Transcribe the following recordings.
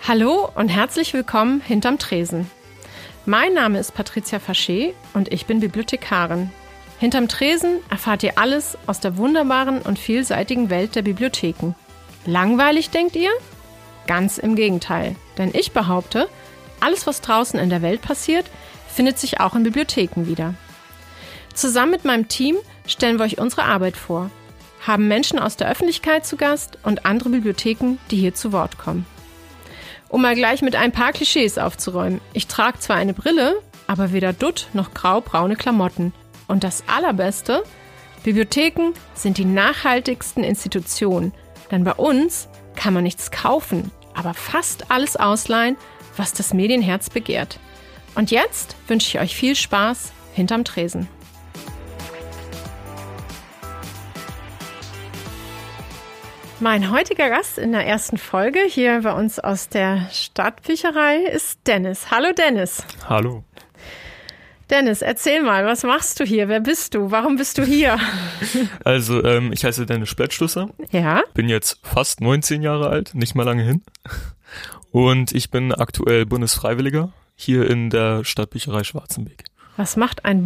Hallo und herzlich willkommen hinterm Tresen. Mein Name ist Patricia Faché und ich bin Bibliothekarin. Hinterm Tresen erfahrt ihr alles aus der wunderbaren und vielseitigen Welt der Bibliotheken. Langweilig, denkt ihr? Ganz im Gegenteil, denn ich behaupte, alles, was draußen in der Welt passiert, findet sich auch in Bibliotheken wieder. Zusammen mit meinem Team stellen wir euch unsere Arbeit vor, haben Menschen aus der Öffentlichkeit zu Gast und andere Bibliotheken, die hier zu Wort kommen. Um mal gleich mit ein paar Klischees aufzuräumen. Ich trage zwar eine Brille, aber weder Dutt noch grau-braune Klamotten. Und das Allerbeste, Bibliotheken sind die nachhaltigsten Institutionen. Denn bei uns kann man nichts kaufen, aber fast alles ausleihen, was das Medienherz begehrt. Und jetzt wünsche ich euch viel Spaß hinterm Tresen. Mein heutiger Gast in der ersten Folge hier bei uns aus der Stadtbücherei ist Dennis. Hallo Dennis. Hallo. Dennis, erzähl mal, was machst du hier? Wer bist du? Warum bist du hier? Also, ich heiße Dennis Spätstusser. Ja. Bin jetzt fast 19 Jahre alt, nicht mal lange hin. Und ich bin aktuell Bundesfreiwilliger hier in der Stadtbücherei Schwarzenbeek. Was macht ein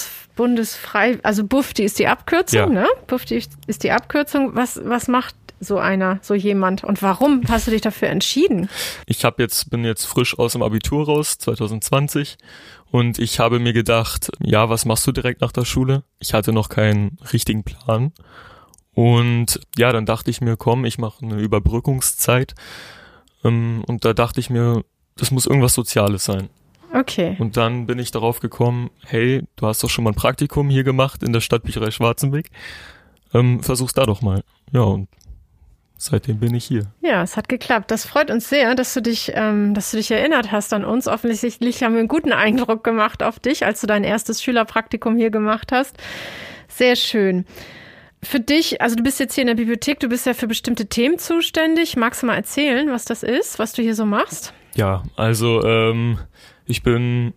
also BUFDI ist die Abkürzung, ja. Ne? BUFDI ist die Abkürzung. Was macht so jemand? Und warum hast du dich dafür entschieden? Ich bin jetzt frisch aus dem Abitur raus, 2020. Und ich habe mir gedacht, ja, was machst du direkt nach der Schule? Ich hatte noch keinen richtigen Plan. Und ja, dann dachte ich mir, komm, ich mache eine Überbrückungszeit. Und da dachte ich mir, das muss irgendwas Soziales sein. Okay. Und dann bin ich darauf gekommen, hey, du hast doch schon mal ein Praktikum hier gemacht in der Stadtbücherei Schwarzenbeek. Versuch's da doch mal. Ja, und seitdem bin ich hier. Ja, es hat geklappt. Das freut uns sehr, dass du dich erinnert hast an uns. Offensichtlich haben wir einen guten Eindruck gemacht auf dich, als du dein erstes Schülerpraktikum hier gemacht hast. Sehr schön. Für dich, also du bist jetzt hier in der Bibliothek, du bist ja für bestimmte Themen zuständig. Magst du mal erzählen, was das ist, was du hier so machst? Ja, also ich bin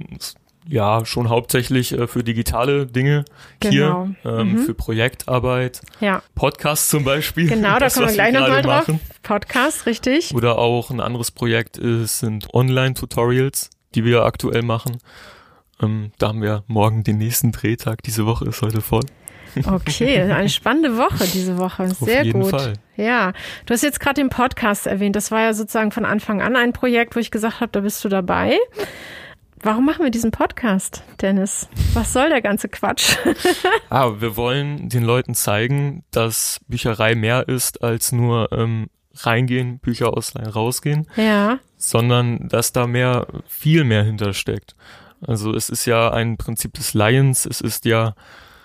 ja schon hauptsächlich für digitale Dinge hier, für Projektarbeit, ja. Podcast zum Beispiel. Genau, da kommen wir gleich nochmal drauf. Podcast, richtig. Oder auch ein anderes Projekt sind Online-Tutorials, die wir aktuell machen. Da haben wir morgen den nächsten Drehtag. Diese Woche ist heute voll. Okay, eine spannende Woche diese Woche. Sehr gut. Auf jeden Fall. Ja, du hast jetzt gerade den Podcast erwähnt. Das war ja sozusagen von Anfang an ein Projekt, wo ich gesagt habe, da bist du dabei. Warum machen wir diesen Podcast, Dennis? Was soll der ganze Quatsch? Wir wollen den Leuten zeigen, dass Bücherei mehr ist als nur reingehen, Bücher ausleihen, rausgehen. Ja. Sondern dass da viel mehr hintersteckt. Also es ist ja ein Prinzip des Leihens. Es ist ja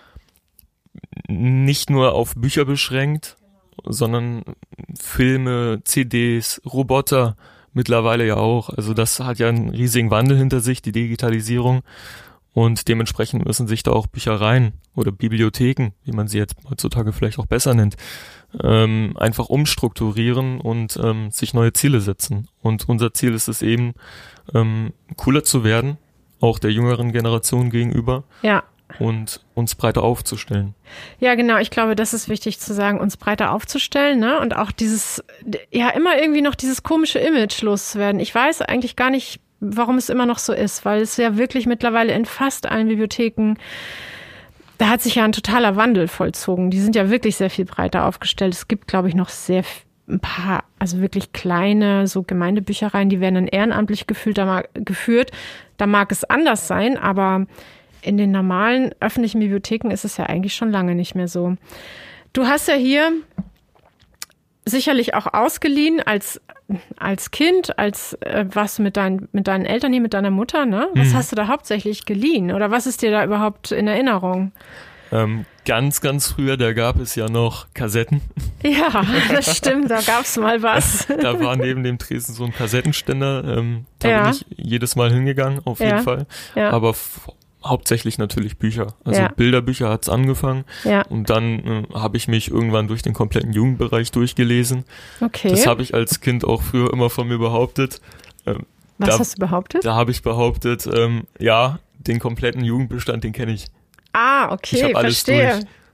nicht nur auf Bücher beschränkt, sondern Filme, CDs, Roboter mittlerweile ja auch. Also das hat ja einen riesigen Wandel hinter sich, die Digitalisierung. Und dementsprechend müssen sich da auch Büchereien oder Bibliotheken, wie man sie jetzt heutzutage vielleicht auch besser nennt, einfach umstrukturieren und sich neue Ziele setzen. Und unser Ziel ist es eben, cooler zu werden, auch der jüngeren Generation gegenüber. Ja. Und uns breiter aufzustellen. Ja, genau. Ich glaube, das ist wichtig zu sagen, uns breiter aufzustellen, ne? Und auch immer irgendwie noch dieses komische Image loszuwerden. Ich weiß eigentlich gar nicht, warum es immer noch so ist, weil es ja wirklich mittlerweile in fast allen Bibliotheken, da hat sich ja ein totaler Wandel vollzogen. Die sind ja wirklich sehr viel breiter aufgestellt. Es gibt, glaube ich, noch ein paar, also wirklich kleine, so Gemeindebüchereien, die werden dann ehrenamtlich geführt. Da mag es anders sein, aber in den normalen öffentlichen Bibliotheken ist es ja eigentlich schon lange nicht mehr so. Du hast ja hier sicherlich auch ausgeliehen als Kind, warst du mit deinen Eltern hier, mit deiner Mutter, ne? Was hast du da hauptsächlich geliehen? Oder was ist dir da überhaupt in Erinnerung? Ganz, ganz früher, da gab es ja noch Kassetten. Ja, das stimmt, da gab es mal was. Da war neben dem Tresen so ein Kassettenständer. Da bin ich jedes Mal hingegangen, auf jeden Fall. Ja. Aber hauptsächlich natürlich Bücher. Also Bilderbücher hat's angefangen. Ja. Und dann habe ich mich irgendwann durch den kompletten Jugendbereich durchgelesen. Okay. Das habe ich als Kind auch früher immer von mir behauptet. Was hast du behauptet? Da habe ich behauptet, den kompletten Jugendbestand, den kenne ich. Ah, okay, ich alles verstehe. Durch.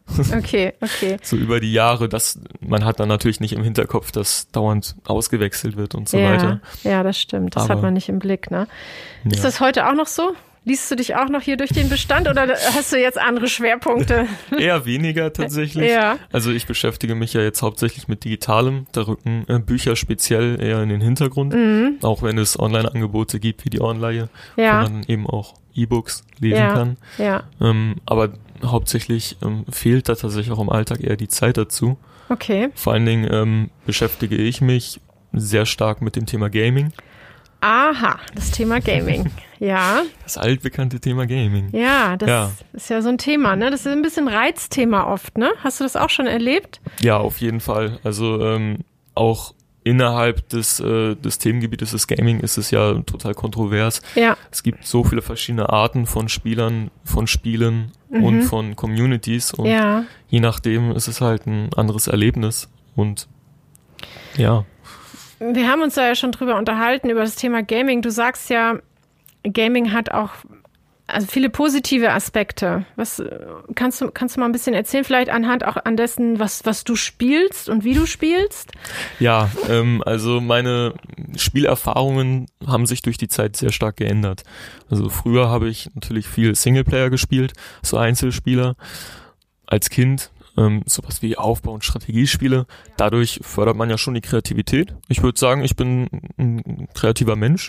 Okay. So über die Jahre, man hat dann natürlich nicht im Hinterkopf, dass dauernd ausgewechselt wird und so weiter. Ja, das stimmt. Das hat man nicht im Blick, ne? Ja. Ist das heute auch noch so? Liest du dich auch noch hier durch den Bestand oder hast du jetzt andere Schwerpunkte? Eher weniger tatsächlich. Ja. Also ich beschäftige mich ja jetzt hauptsächlich mit Digitalem. Da rücken Bücher speziell eher in den Hintergrund. Auch wenn es Online-Angebote gibt wie die Online, wo man eben auch E-Books lesen kann. Ja. Aber hauptsächlich fehlt da tatsächlich auch im Alltag eher die Zeit dazu. Okay. Vor allen Dingen beschäftige ich mich sehr stark mit dem Thema Gaming. Aha, das Thema Gaming. Ja. Das altbekannte Thema Gaming. Ja, das ist ja so ein Thema, ne? Das ist ein bisschen Reizthema oft, ne? Hast du das auch schon erlebt? Ja, auf jeden Fall. Also auch innerhalb des Themengebietes des Gaming ist es ja total kontrovers. Ja. Es gibt so viele verschiedene Arten von Spielern, von Spielen und von Communities und je nachdem ist es halt ein anderes Erlebnis und ja. Wir haben uns da ja schon drüber unterhalten, über das Thema Gaming. Du sagst ja, Gaming hat auch viele positive Aspekte. Was kannst du mal ein bisschen erzählen, vielleicht anhand auch an dessen, was du spielst und wie du spielst? Ja, also meine Spielerfahrungen haben sich durch die Zeit sehr stark geändert. Also früher habe ich natürlich viel Singleplayer gespielt, so Einzelspieler. Als Kind sowas wie Aufbau- und Strategiespiele. Dadurch fördert man ja schon die Kreativität. Ich würde sagen, ich bin ein kreativer Mensch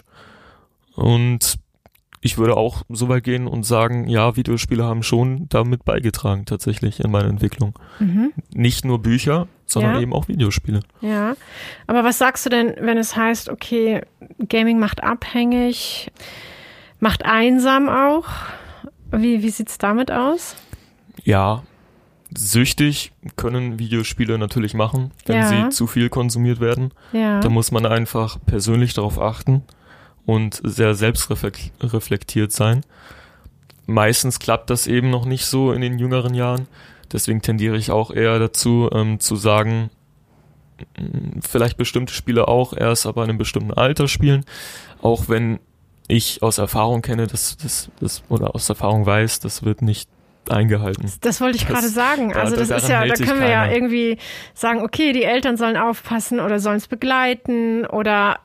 und ich würde auch so weit gehen und sagen, ja, Videospiele haben schon damit beigetragen tatsächlich in meiner Entwicklung. Nicht nur Bücher, sondern eben auch Videospiele. Ja, aber was sagst du denn, wenn es heißt, okay, Gaming macht abhängig, macht einsam auch? Wie sieht's damit aus? Ja, süchtig können Videospiele natürlich machen, wenn sie zu viel konsumiert werden. Ja. Da muss man einfach persönlich darauf achten und sehr selbstreflektiert sein. Meistens klappt das eben noch nicht so in den jüngeren Jahren. Deswegen tendiere ich auch eher dazu, zu sagen, vielleicht bestimmte Spiele auch erst aber in einem bestimmten Alter spielen. Auch wenn ich aus Erfahrung kenne, oder aus Erfahrung weiß, das wird nicht eingehalten. Das wollte ich gerade sagen. Also das ist ja, da können wir ja irgendwie sagen, okay, die Eltern sollen aufpassen oder sollen es begleiten oder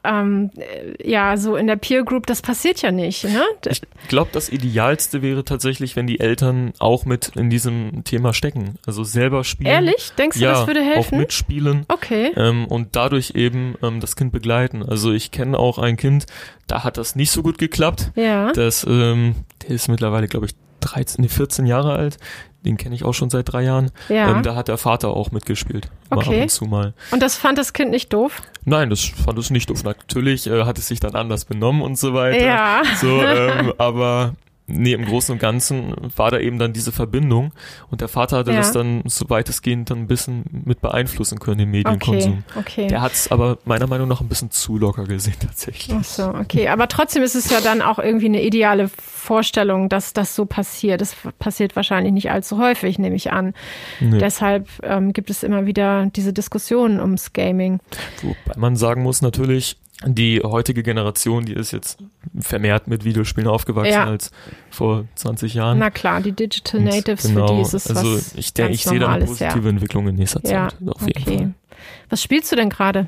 so in der Peer Group, das passiert ja nicht. Ne? Ich glaube, das Idealste wäre tatsächlich, wenn die Eltern auch mit in diesem Thema stecken. Also selber spielen. Ehrlich? Denkst du, das würde helfen? Auch mitspielen. Okay. Und dadurch eben das Kind begleiten. Also ich kenne auch ein Kind, da hat das nicht so gut geklappt. Ja. Der ist mittlerweile, glaube ich, 14 Jahre alt, den kenne ich auch schon seit 3 Jahren. Ja. Da hat der Vater auch mitgespielt. Okay. Ab und zu mal. Und das fand das Kind nicht doof? Nein, das fand es nicht doof. Natürlich hat es sich dann anders benommen und so weiter. Ja. So, aber nee, im Großen und Ganzen war da eben dann diese Verbindung und der Vater hatte das dann so weitestgehend dann ein bisschen mit beeinflussen können, den Medienkonsum. Okay. Der hat es aber meiner Meinung nach ein bisschen zu locker gesehen tatsächlich. Ach so, okay. Aber trotzdem ist es ja dann auch irgendwie eine ideale Vorstellung, dass das so passiert. Das passiert wahrscheinlich nicht allzu häufig, nehme ich an. Nee. Deshalb gibt es immer wieder diese Diskussionen ums Gaming. Wobei man sagen muss natürlich, die heutige Generation, die ist jetzt vermehrt mit Videospielen aufgewachsen als vor 20 Jahren. Na klar, die Digital Natives, für die ist es also was ich sehe da eine positive Entwicklung in nächster Zeit. Auf jeden Fall. Was spielst du denn gerade?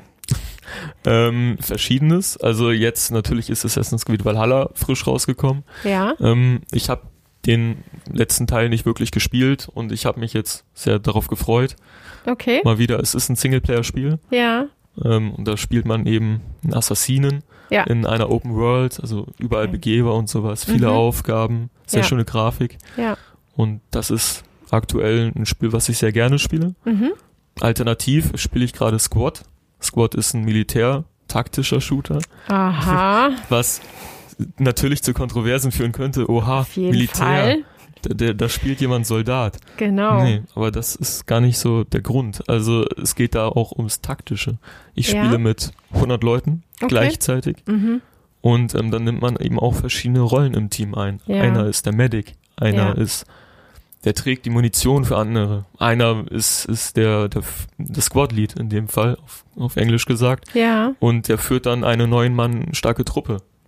Verschiedenes. Also jetzt natürlich ist Assassin's Creed Valhalla frisch rausgekommen. Ja. Ich habe den letzten Teil nicht wirklich gespielt und ich habe mich jetzt sehr darauf gefreut. Okay. Mal wieder, es ist ein Singleplayer-Spiel. Ja. Und da spielt man eben einen Assassinen in einer Open World, also überall begehbar und sowas, viele Aufgaben, sehr schöne Grafik. Ja. Und das ist aktuell ein Spiel, was ich sehr gerne spiele. Alternativ spiele ich gerade Squad. Squad ist ein militär-taktischer Shooter. Aha. Was natürlich zu Kontroversen führen könnte. Oha, auf jeden Militär. Fall. Da spielt jemand Soldat. Genau. Nee, aber das ist gar nicht so der Grund. Also es geht da auch ums Taktische. Ich spiele mit 100 Leuten gleichzeitig und dann nimmt man eben auch verschiedene Rollen im Team ein. Ja. Einer ist der Medic, einer der trägt die Munition für andere. Einer ist der Squad-Lead in dem Fall, auf Englisch gesagt. Ja. Und der führt dann eine 9 Mann starke Truppe.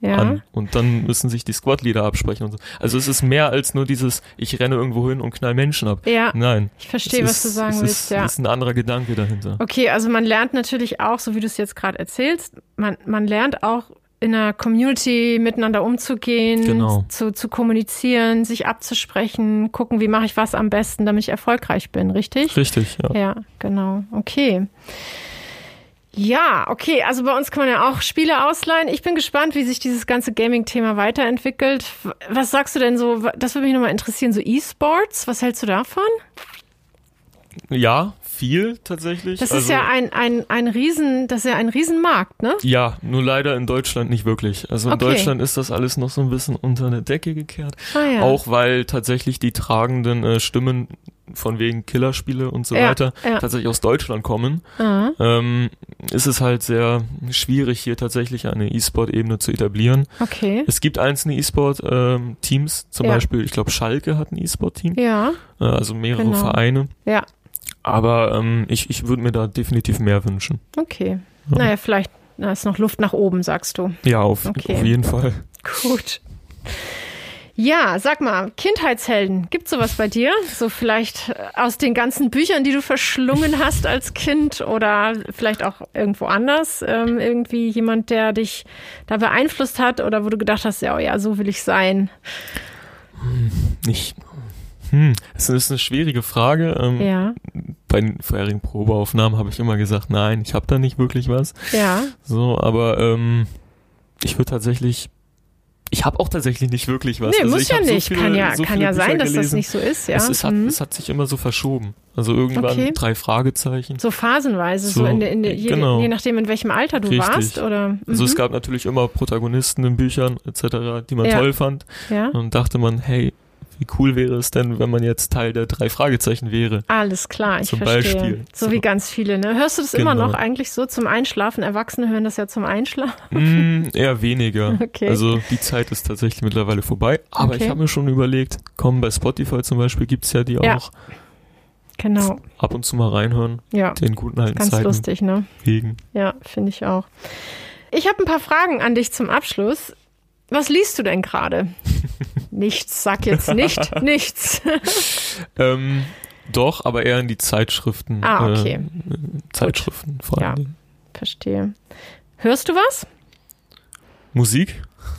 an. Und dann müssen sich die Squad-Leader absprechen und so. Also es ist mehr als nur dieses, ich renne irgendwo hin und knall Menschen ab. Ja. Nein. Ich verstehe, was du sagen willst, ja. Es ist ein anderer Gedanke dahinter. Okay, also man lernt natürlich auch, so wie du es jetzt gerade erzählst, man lernt auch in einer Community miteinander umzugehen, genau. zu kommunizieren, sich abzusprechen, gucken, wie mache ich was am besten, damit ich erfolgreich bin, richtig? Richtig, ja. Ja, genau. Okay. Ja, okay, also bei uns kann man ja auch Spiele ausleihen. Ich bin gespannt, wie sich dieses ganze Gaming-Thema weiterentwickelt. Was sagst du denn so, das würde mich nochmal interessieren, so E-Sports, was hältst du davon? Ja, viel tatsächlich. Das ist ja ein Riesenmarkt, ne? Ja, nur leider in Deutschland nicht wirklich. Also in Deutschland ist das alles noch so ein bisschen unter eine Decke gekehrt. Ja. Auch weil tatsächlich die tragenden Stimmen von wegen Killerspiele und so weiter tatsächlich aus Deutschland kommen, ist es halt sehr schwierig, hier tatsächlich eine E-Sport-Ebene zu etablieren. Okay. Es gibt einzelne E-Sport-Teams, zum Beispiel, ich glaube Schalke hat ein E-Sport-Team, also mehrere Vereine. Ja. Aber ich würde mir da definitiv mehr wünschen. Okay. Ja. Naja, vielleicht ist noch Luft nach oben, sagst du. Ja, auf jeden Fall. Gut. Ja, sag mal, Kindheitshelden, gibt's sowas bei dir? So vielleicht aus den ganzen Büchern, die du verschlungen hast als Kind oder vielleicht auch irgendwo anders, irgendwie jemand, der dich da beeinflusst hat oder wo du gedacht hast, ja, so will ich sein? Es ist eine schwierige Frage. Bei den vorherigen Probeaufnahmen habe ich immer gesagt, nein, ich habe da nicht wirklich was. Ja. So, aber ich habe auch tatsächlich nicht wirklich was. Nee, also muss ja nicht. So kann ja Bücher sein, dass gelesen. das nicht so ist. Ja. Es hat sich immer so verschoben. Also irgendwann 3 Fragezeichen. So phasenweise, so je nachdem, in welchem Alter du warst. Oder, Also es gab natürlich immer Protagonisten in Büchern etc., die man toll fand. Ja. Und dachte man, hey, wie cool wäre es denn, wenn man jetzt Teil der 3 Fragezeichen wäre? Alles klar, ich verstehe. Beispiel. So wie ganz viele, ne? Hörst du das immer noch eigentlich so zum Einschlafen? Erwachsene hören das ja zum Einschlafen? Eher weniger. Okay. Also die Zeit ist tatsächlich mittlerweile vorbei. Aber ich habe mir schon überlegt, bei Spotify zum Beispiel gibt's ja die auch. Genau. Ab und zu mal reinhören. Ja. Den guten alten ganz Zeiten. Ganz lustig, ne? Wegen. Ja, finde ich auch. Ich habe ein paar Fragen an dich zum Abschluss. Was liest du denn gerade? Nichts, sag jetzt nicht nichts. Doch, aber eher in die Zeitschriften. Okay. Zeitschriften vor allem. Ja, verstehe. Hörst du was? Musik?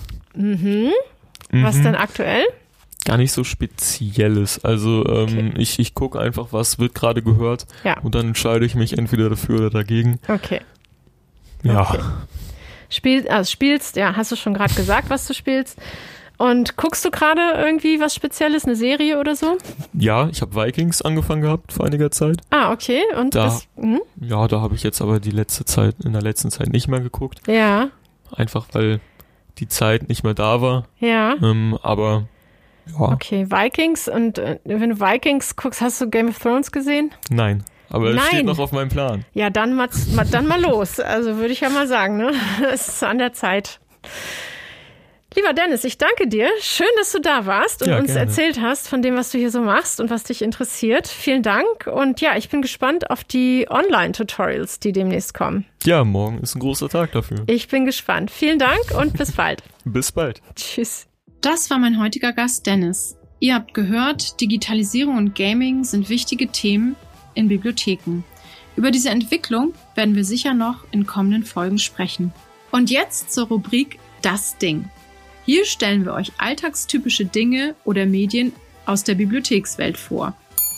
Was denn aktuell? Gar nicht so Spezielles. Also ich gucke einfach, was wird gerade gehört und dann entscheide ich mich entweder dafür oder dagegen. Okay. Ja. Okay. Spielst, hast du schon gerade gesagt, was du spielst. Und guckst du gerade irgendwie was Spezielles, eine Serie oder so? Ja, ich habe Vikings angefangen gehabt vor einiger Zeit. Okay. Und da habe ich jetzt aber in der letzten Zeit nicht mehr geguckt. Ja. Einfach weil die Zeit nicht mehr da war. Ja. Aber ja. Okay, Vikings. Und wenn du Vikings guckst, hast du Game of Thrones gesehen? Nein. Aber es steht noch auf meinem Plan. Ja, dann mal los. Also würde ich ja mal sagen, ne? Es ist an der Zeit. Lieber Dennis, ich danke dir. Schön, dass du da warst und uns erzählt hast von dem, was du hier so machst und was dich interessiert. Vielen Dank. Und ja, ich bin gespannt auf die Online-Tutorials, die demnächst kommen. Ja, morgen ist ein großer Tag dafür. Ich bin gespannt. Vielen Dank und bis bald. Bis bald. Tschüss. Das war mein heutiger Gast Dennis. Ihr habt gehört, Digitalisierung und Gaming sind wichtige Themen in Bibliotheken. Über diese Entwicklung werden wir sicher noch in kommenden Folgen sprechen. Und jetzt zur Rubrik Das Ding. Hier stellen wir euch alltagstypische Dinge oder Medien aus der Bibliothekswelt vor.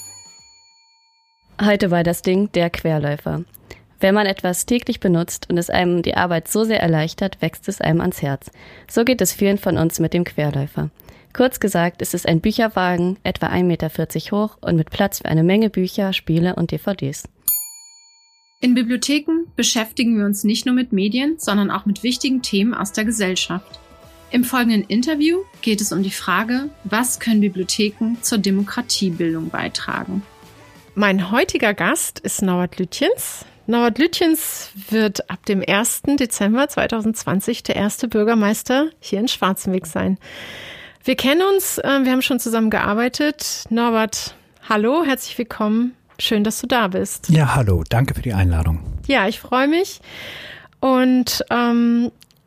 Heute war das Ding der Querläufer. Wenn man etwas täglich benutzt und es einem die Arbeit so sehr erleichtert, wächst es einem ans Herz. So geht es vielen von uns mit dem Querläufer. Kurz gesagt ist es ein Bücherwagen, etwa 1,40 Meter hoch und mit Platz für eine Menge Bücher, Spiele und DVDs. In Bibliotheken beschäftigen wir uns nicht nur mit Medien, sondern auch mit wichtigen Themen aus der Gesellschaft. Im folgenden Interview geht es um die Frage, was können Bibliotheken zur Demokratiebildung beitragen? Mein heutiger Gast ist Norbert Lütjens. Norbert Lütjens wird ab dem 1. Dezember 2020 der erste Bürgermeister hier in Schwarzenberg sein. Wir kennen uns, wir haben schon zusammen gearbeitet. Norbert, hallo, herzlich willkommen. Schön, dass du da bist. Ja, hallo, danke für die Einladung. Ja, ich freue mich. Und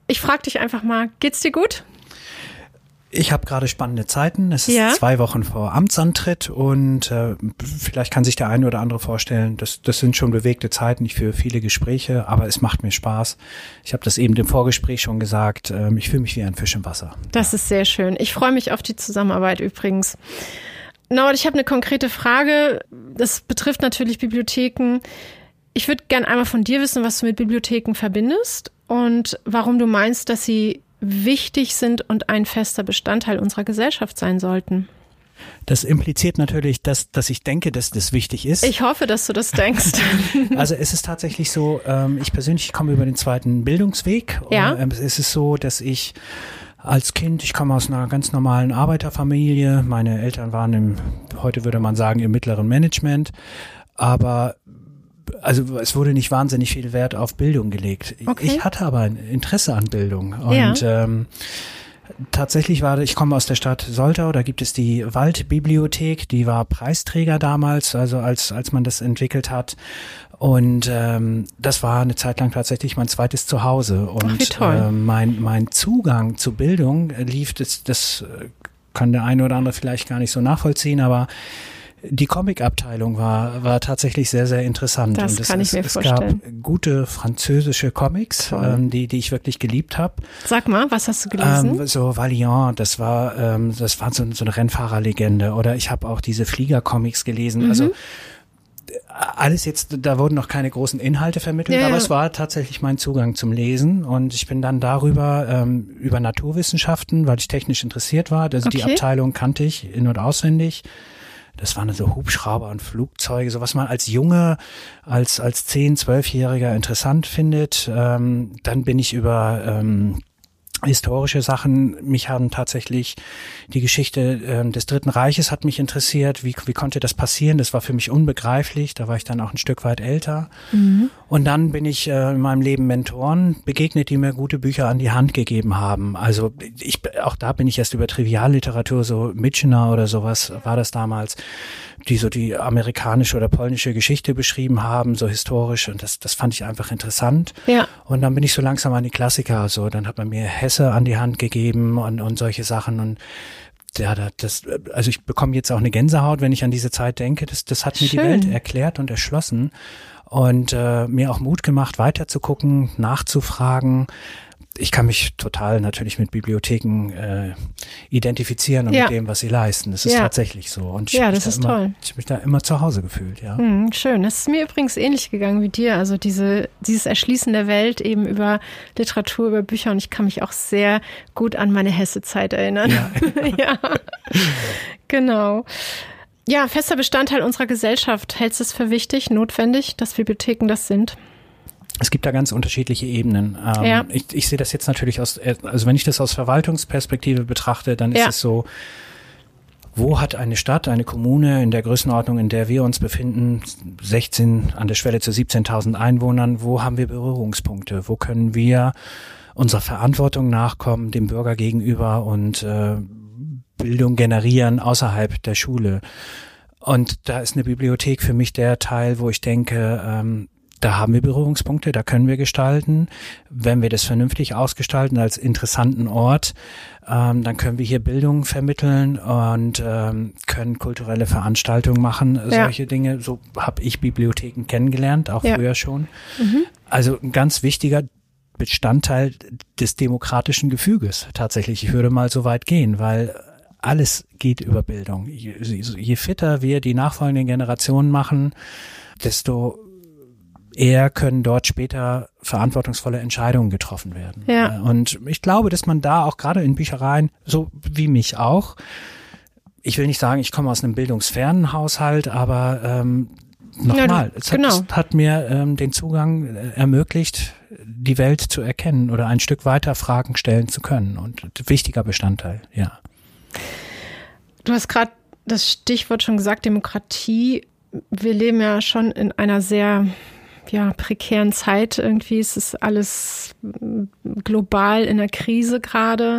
ich frage dich einfach mal, geht's dir gut? Ich habe gerade spannende Zeiten. Es ist 2 Wochen vor Amtsantritt und vielleicht kann sich der eine oder andere vorstellen, das sind schon bewegte Zeiten. Ich führe viele Gespräche, aber es macht mir Spaß. Ich habe das eben im Vorgespräch schon gesagt. Ich fühle mich wie ein Fisch im Wasser. Das ist sehr schön. Ich freue mich auf die Zusammenarbeit übrigens. Norbert, ich habe eine konkrete Frage. Das betrifft natürlich Bibliotheken. Ich würde gerne einmal von dir wissen, was du mit Bibliotheken verbindest und warum du meinst, dass sie wichtig sind und ein fester Bestandteil unserer Gesellschaft sein sollten. Das impliziert natürlich, dass ich denke, dass das wichtig ist. Ich hoffe, dass du das denkst. Also es ist tatsächlich so, ich persönlich komme über den zweiten Bildungsweg. Ja. Es ist so, dass ich als Kind, ich komme aus einer ganz normalen Arbeiterfamilie. Meine Eltern waren heute würde man sagen, im mittleren Management. Aber also es wurde nicht wahnsinnig viel Wert auf Bildung gelegt. Okay. Ich hatte aber ein Interesse an Bildung. Und tatsächlich ich komme aus der Stadt Soltau, da gibt es die Waldbibliothek, die war Preisträger damals, also als man das entwickelt hat. Und das war eine Zeit lang tatsächlich mein zweites Zuhause. Und wie toll. Mein Zugang zu Bildung lief, das kann der eine oder andere vielleicht gar nicht so nachvollziehen, aber die Comic-Abteilung war tatsächlich sehr, sehr interessant. Das kann ich mir vorstellen. Es gab gute französische Comics, die ich wirklich geliebt habe. Sag mal, was hast du gelesen? So Valiant, das war so eine Rennfahrerlegende. Oder ich habe auch diese Flieger-Comics gelesen. Also alles jetzt, da wurden noch keine großen Inhalte vermittelt, aber es war tatsächlich mein Zugang zum Lesen. Und ich bin dann darüber, über Naturwissenschaften, weil ich technisch interessiert war. Also die Abteilung kannte ich in- und auswendig. Das waren so Hubschrauber und Flugzeuge, so was man als Junge, als 10-, 12-Jähriger interessant findet. Dann bin ich über historische Sachen, mich haben tatsächlich die Geschichte des Dritten Reiches hat mich interessiert. Wie konnte das passieren? Das war für mich unbegreiflich. Da war ich dann auch ein Stück weit älter. Und dann bin ich in meinem Leben Mentoren begegnet, die mir gute Bücher an die Hand gegeben haben. Also auch da bin ich erst über Trivialliteratur, so Michener oder sowas war das damals, die so die amerikanische oder polnische Geschichte beschrieben haben, so historisch. Und das fand ich einfach interessant. Ja. Und dann bin ich so langsam an die Klassiker, so. Dann hat man mir Hesse an die Hand gegeben und solche Sachen. Und ja, also ich bekomme jetzt auch eine Gänsehaut, wenn ich an diese Zeit denke. Das hat mir die Welt erklärt und erschlossen und mir auch Mut gemacht, weiterzugucken, nachzufragen. Ich kann mich total natürlich mit Bibliotheken identifizieren und mit dem, was sie leisten. Das ist tatsächlich so. Und ich habe mich da immer zu Hause gefühlt, ja. Schön. Das ist mir übrigens ähnlich gegangen wie dir. Also dieses Erschließen der Welt eben über Literatur, über Bücher. Und ich kann mich auch sehr gut an meine Hesse-Zeit erinnern. Ja. Ja. Genau. Ja, fester Bestandteil unserer Gesellschaft. Hältst du es für wichtig, notwendig, dass Bibliotheken das sind? Es gibt da ganz unterschiedliche Ebenen. Ich sehe das jetzt natürlich also wenn ich das aus Verwaltungsperspektive betrachte, dann ist es so, wo hat eine Stadt, eine Kommune in der Größenordnung, in der wir uns befinden, 16 an der Schwelle zu 17.000 Einwohnern, wo haben wir Berührungspunkte? Wo können wir unserer Verantwortung nachkommen, dem Bürger gegenüber und Bildung generieren außerhalb der Schule? Und da ist eine Bibliothek für mich der Teil, wo ich denke, da haben wir Berührungspunkte, da können wir gestalten. Wenn wir das vernünftig ausgestalten als interessanten Ort, dann können wir hier Bildung vermitteln und können kulturelle Veranstaltungen machen, solche Dinge. So habe ich Bibliotheken kennengelernt, auch früher schon. Also ein ganz wichtiger Bestandteil des demokratischen Gefüges tatsächlich. Ich würde mal so weit gehen, weil alles geht über Bildung. Je fitter wir die nachfolgenden Generationen machen, desto eher können dort später verantwortungsvolle Entscheidungen getroffen werden. Ja. Und ich glaube, dass man da auch gerade in Büchereien, so wie mich auch, ich will nicht sagen, ich komme aus einem bildungsfernen Haushalt, aber nochmal, es hat mir den Zugang ermöglicht, die Welt zu erkennen oder ein Stück weiter Fragen stellen zu können. Und wichtiger Bestandteil, ja. Du hast gerade das Stichwort schon gesagt, Demokratie. Wir leben ja schon in einer sehr prekären Zeit irgendwie. Es ist alles global in der Krise gerade.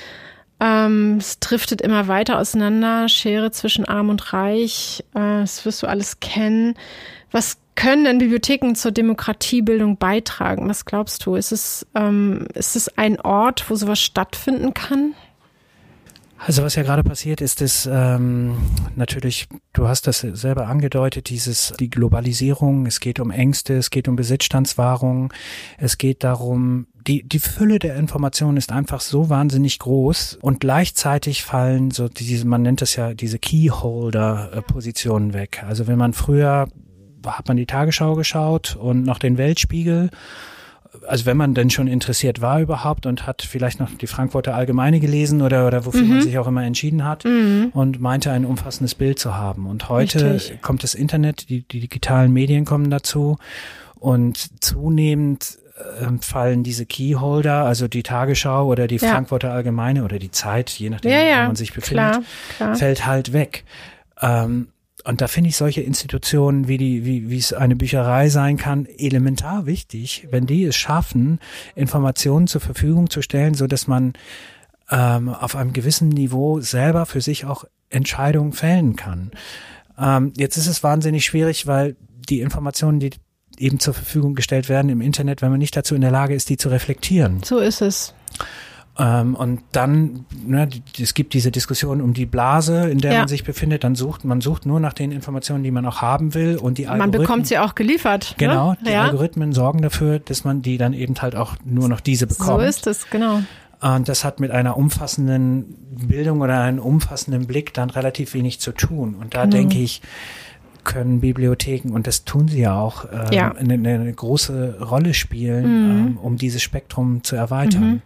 Es driftet immer weiter auseinander. Schere zwischen Arm und Reich. Das wirst du alles kennen. Was können denn Bibliotheken zur Demokratiebildung beitragen? Was glaubst du? Ist es ein Ort, wo sowas stattfinden kann? Also was ja gerade passiert ist, ist natürlich, du hast das selber angedeutet, die Globalisierung, es geht um Ängste, es geht um Besitzstandswahrung, es geht darum, die Fülle der Informationen ist einfach so wahnsinnig groß und gleichzeitig fallen so man nennt das ja diese Keyholder-Positionen weg. Also wenn man früher, hat man die Tagesschau geschaut und noch den Weltspiegel, also wenn man denn schon interessiert war überhaupt und hat vielleicht noch die Frankfurter Allgemeine gelesen oder wofür man sich auch immer entschieden hat und meinte, ein umfassendes Bild zu haben. Und heute kommt das Internet, die digitalen Medien kommen dazu und zunehmend fallen diese Keyholder, also die Tagesschau oder die Frankfurter Allgemeine oder die Zeit, je nachdem, wo man sich befindet, fällt halt weg. Und da finde ich solche Institutionen wie es eine Bücherei sein kann, elementar wichtig, wenn die es schaffen, Informationen zur Verfügung zu stellen, so dass man auf einem gewissen Niveau selber für sich auch Entscheidungen fällen kann. Jetzt ist es wahnsinnig schwierig, weil die Informationen, die eben zur Verfügung gestellt werden im Internet, wenn man nicht dazu in der Lage ist, die zu reflektieren. So ist es. Und dann, es gibt diese Diskussion um die Blase, in der man sich befindet, man sucht nur nach den Informationen, die man auch haben will und die Algorithmen. Man bekommt sie auch geliefert. Genau, die Algorithmen sorgen dafür, dass man die dann eben halt auch nur noch diese bekommt. So ist es, genau. Und das hat mit einer umfassenden Bildung oder einem umfassenden Blick dann relativ wenig zu tun. Und da denke ich, können Bibliotheken, und das tun sie ja auch, eine große Rolle spielen, um dieses Spektrum zu erweitern.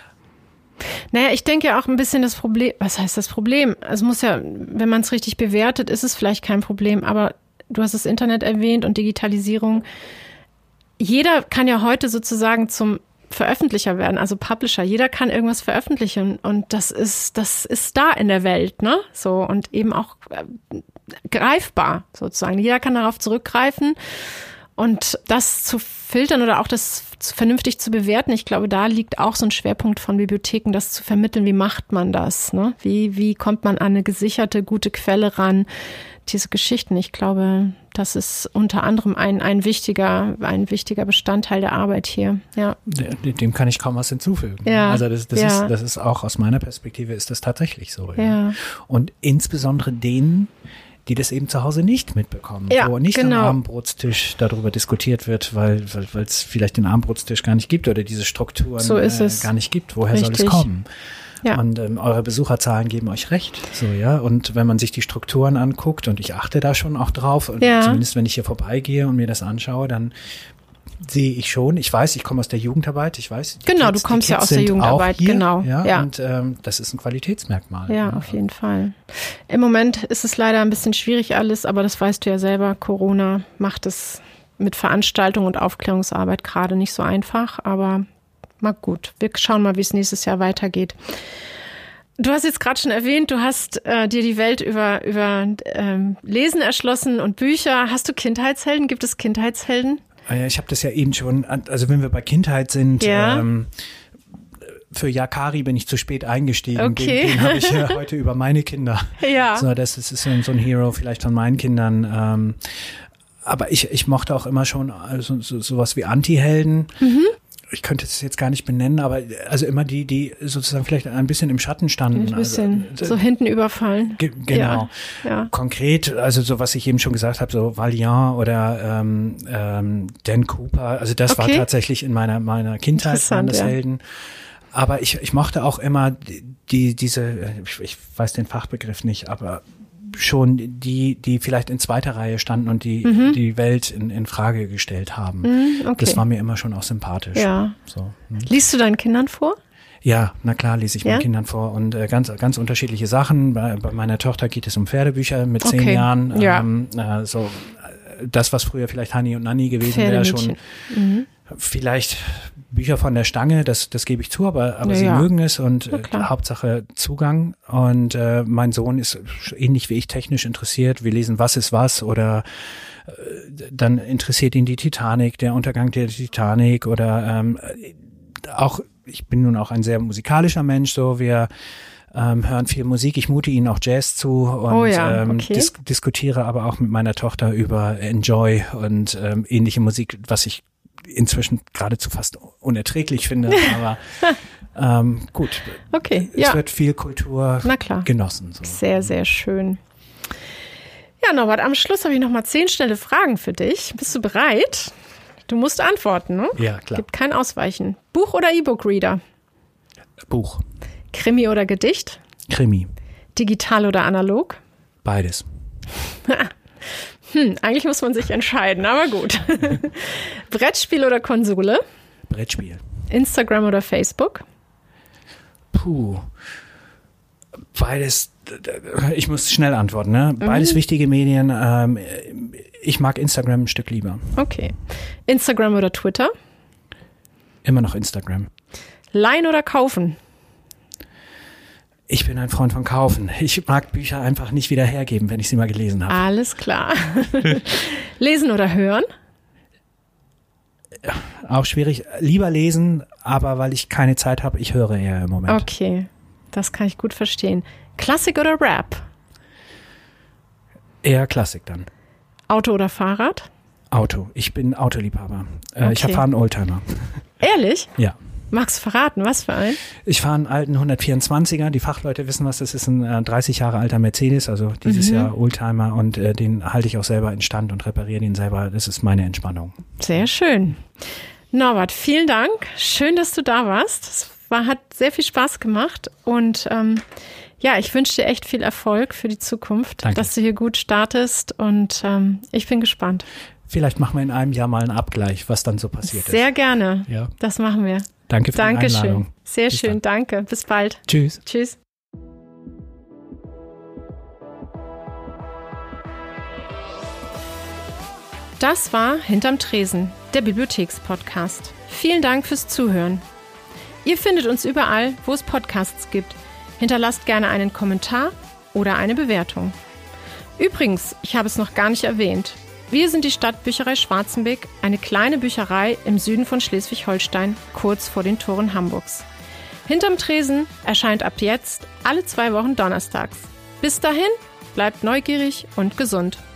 Naja, ich denke auch ein bisschen das Problem, was heißt das Problem? Es muss ja, wenn man es richtig bewertet, ist es vielleicht kein Problem, aber du hast das Internet erwähnt und Digitalisierung. Jeder kann ja heute sozusagen zum Veröffentlicher werden, also Publisher. Jeder kann irgendwas veröffentlichen und das ist da in der Welt, ne? So, und eben auch greifbar sozusagen. Jeder kann darauf zurückgreifen und das zu filtern oder auch das vernünftig zu bewerten. Ich glaube, da liegt auch so ein Schwerpunkt von Bibliotheken, das zu vermitteln. Wie macht man das? Ne? Wie kommt man an eine gesicherte, gute Quelle ran? Diese Geschichten. Ich glaube, das ist unter anderem ein wichtiger Bestandteil der Arbeit hier. Ja. Dem kann ich kaum was hinzufügen. Ja. Also das ist auch aus meiner Perspektive ist das tatsächlich so. Ja. Und insbesondere denen, die das eben zu Hause nicht mitbekommen, wo nicht am Abendbrotstisch darüber diskutiert wird, weil es vielleicht den Abendbrotstisch gar nicht gibt oder diese Strukturen gar nicht gibt. Woher soll es kommen? Ja. Und eure Besucherzahlen geben euch recht. So, ja. Und wenn man sich die Strukturen anguckt, und ich achte da schon auch drauf, und zumindest wenn ich hier vorbeigehe und mir das anschaue, dann sehe ich schon, ich weiß, ich komme aus der Jugendarbeit, ich weiß. Genau, du kommst ja aus der Jugendarbeit, hier, genau. Ja. Und das ist ein Qualitätsmerkmal. Ja, auf jeden Fall. Im Moment ist es leider ein bisschen schwierig alles, aber das weißt du ja selber, Corona macht es mit Veranstaltung und Aufklärungsarbeit gerade nicht so einfach, aber mal gut. Wir schauen mal, wie es nächstes Jahr weitergeht. Du hast jetzt gerade schon erwähnt, du hast dir die Welt über Lesen erschlossen und Bücher. Hast du Kindheitshelden? Gibt es Kindheitshelden? Ich habe das ja eben schon, also wenn wir bei Kindheit sind, für Yakari bin ich zu spät eingestiegen. Okay. Den habe ich heute über meine Kinder. Ja. So, das ist so ein Hero vielleicht von meinen Kindern. Aber ich mochte auch immer schon sowas wie Anti-Helden. Ich könnte es jetzt gar nicht benennen, aber also immer die sozusagen vielleicht ein bisschen im Schatten standen. Ein bisschen so hinten überfallen. Genau. Ja. Konkret, also so was ich eben schon gesagt habe, so Valiant oder Dan Cooper, also das war tatsächlich in meiner Kindheit waren das Helden. Aber ich mochte auch immer diese, ich weiß den Fachbegriff nicht, aber schon die vielleicht in zweiter Reihe standen und die Welt in Frage gestellt haben. Okay. Das war mir immer schon auch sympathisch. Ja. So. Liest du deinen Kindern vor? Ja, na klar, lese ich meinen Kindern vor und ganz unterschiedliche Sachen. Bei meiner Tochter geht es um Pferdebücher mit 10 Jahren. Ja. So das, was früher vielleicht Hani und Nanni gewesen wäre, schon vielleicht Bücher von der Stange, das gebe ich zu, aber sie mögen es und Hauptsache Zugang. Und mein Sohn ist ähnlich wie ich technisch interessiert. Wir lesen Was ist was oder dann interessiert ihn die Titanic, der Untergang der Titanic oder auch, ich bin nun auch ein sehr musikalischer Mensch, so wir hören viel Musik. Ich mute ihnen auch Jazz zu und diskutiere aber auch mit meiner Tochter über Enjoy und ähnliche Musik, was ich inzwischen geradezu fast unerträglich finde, aber gut. Okay, es wird viel Kultur genossen. So. Sehr, sehr schön. Ja, Norbert, am Schluss habe ich nochmal 10 schnelle Fragen für dich. Bist du bereit? Du musst antworten, ne? Ja, klar. Gibt kein Ausweichen. Buch oder E-Book-Reader? Buch. Krimi oder Gedicht? Krimi. Digital oder analog? Beides. Eigentlich muss man sich entscheiden, aber gut. Brettspiel oder Konsole? Brettspiel. Instagram oder Facebook? Beides, ich muss schnell antworten, ne? Beides wichtige Medien. Ich mag Instagram ein Stück lieber. Okay. Instagram oder Twitter? Immer noch Instagram. Leihen oder kaufen? Ich bin ein Freund von Kaufen. Ich mag Bücher einfach nicht wieder hergeben, wenn ich sie mal gelesen habe. Alles klar. Lesen oder hören? Auch schwierig. Lieber lesen, aber weil ich keine Zeit habe, ich höre eher im Moment. Okay, das kann ich gut verstehen. Klassik oder Rap? Eher Klassik dann. Auto oder Fahrrad? Auto. Ich bin Autoliebhaber. Ich fahre einen Oldtimer. Ehrlich? Ja. Magst du verraten, was für einen? Ich fahre einen alten 124er. Die Fachleute wissen, was das ist. Ein 30 Jahre alter Mercedes, also dieses Jahr Oldtimer. Und den halte ich auch selber in Stand und repariere den selber. Das ist meine Entspannung. Sehr schön. Norbert, vielen Dank. Schön, dass du da warst. Es hat sehr viel Spaß gemacht. Und ich wünsche dir echt viel Erfolg für die Zukunft. Danke. Dass du hier gut startest. Und ich bin gespannt. Vielleicht machen wir in einem Jahr mal einen Abgleich, was dann so passiert ist. Sehr gerne. Ja. Das machen wir. Danke für die Einladung. Dankeschön. Sehr schön, danke. Bis bald. Tschüss. Tschüss. Das war Hinterm Tresen, der Bibliothekspodcast. Vielen Dank fürs Zuhören. Ihr findet uns überall, wo es Podcasts gibt. Hinterlasst gerne einen Kommentar oder eine Bewertung. Übrigens, ich habe es noch gar nicht erwähnt. Wir sind die Stadtbücherei Schwarzenbeck, eine kleine Bücherei im Süden von Schleswig-Holstein, kurz vor den Toren Hamburgs. Hinterm Tresen erscheint ab jetzt alle 2 Wochen donnerstags. Bis dahin, bleibt neugierig und gesund.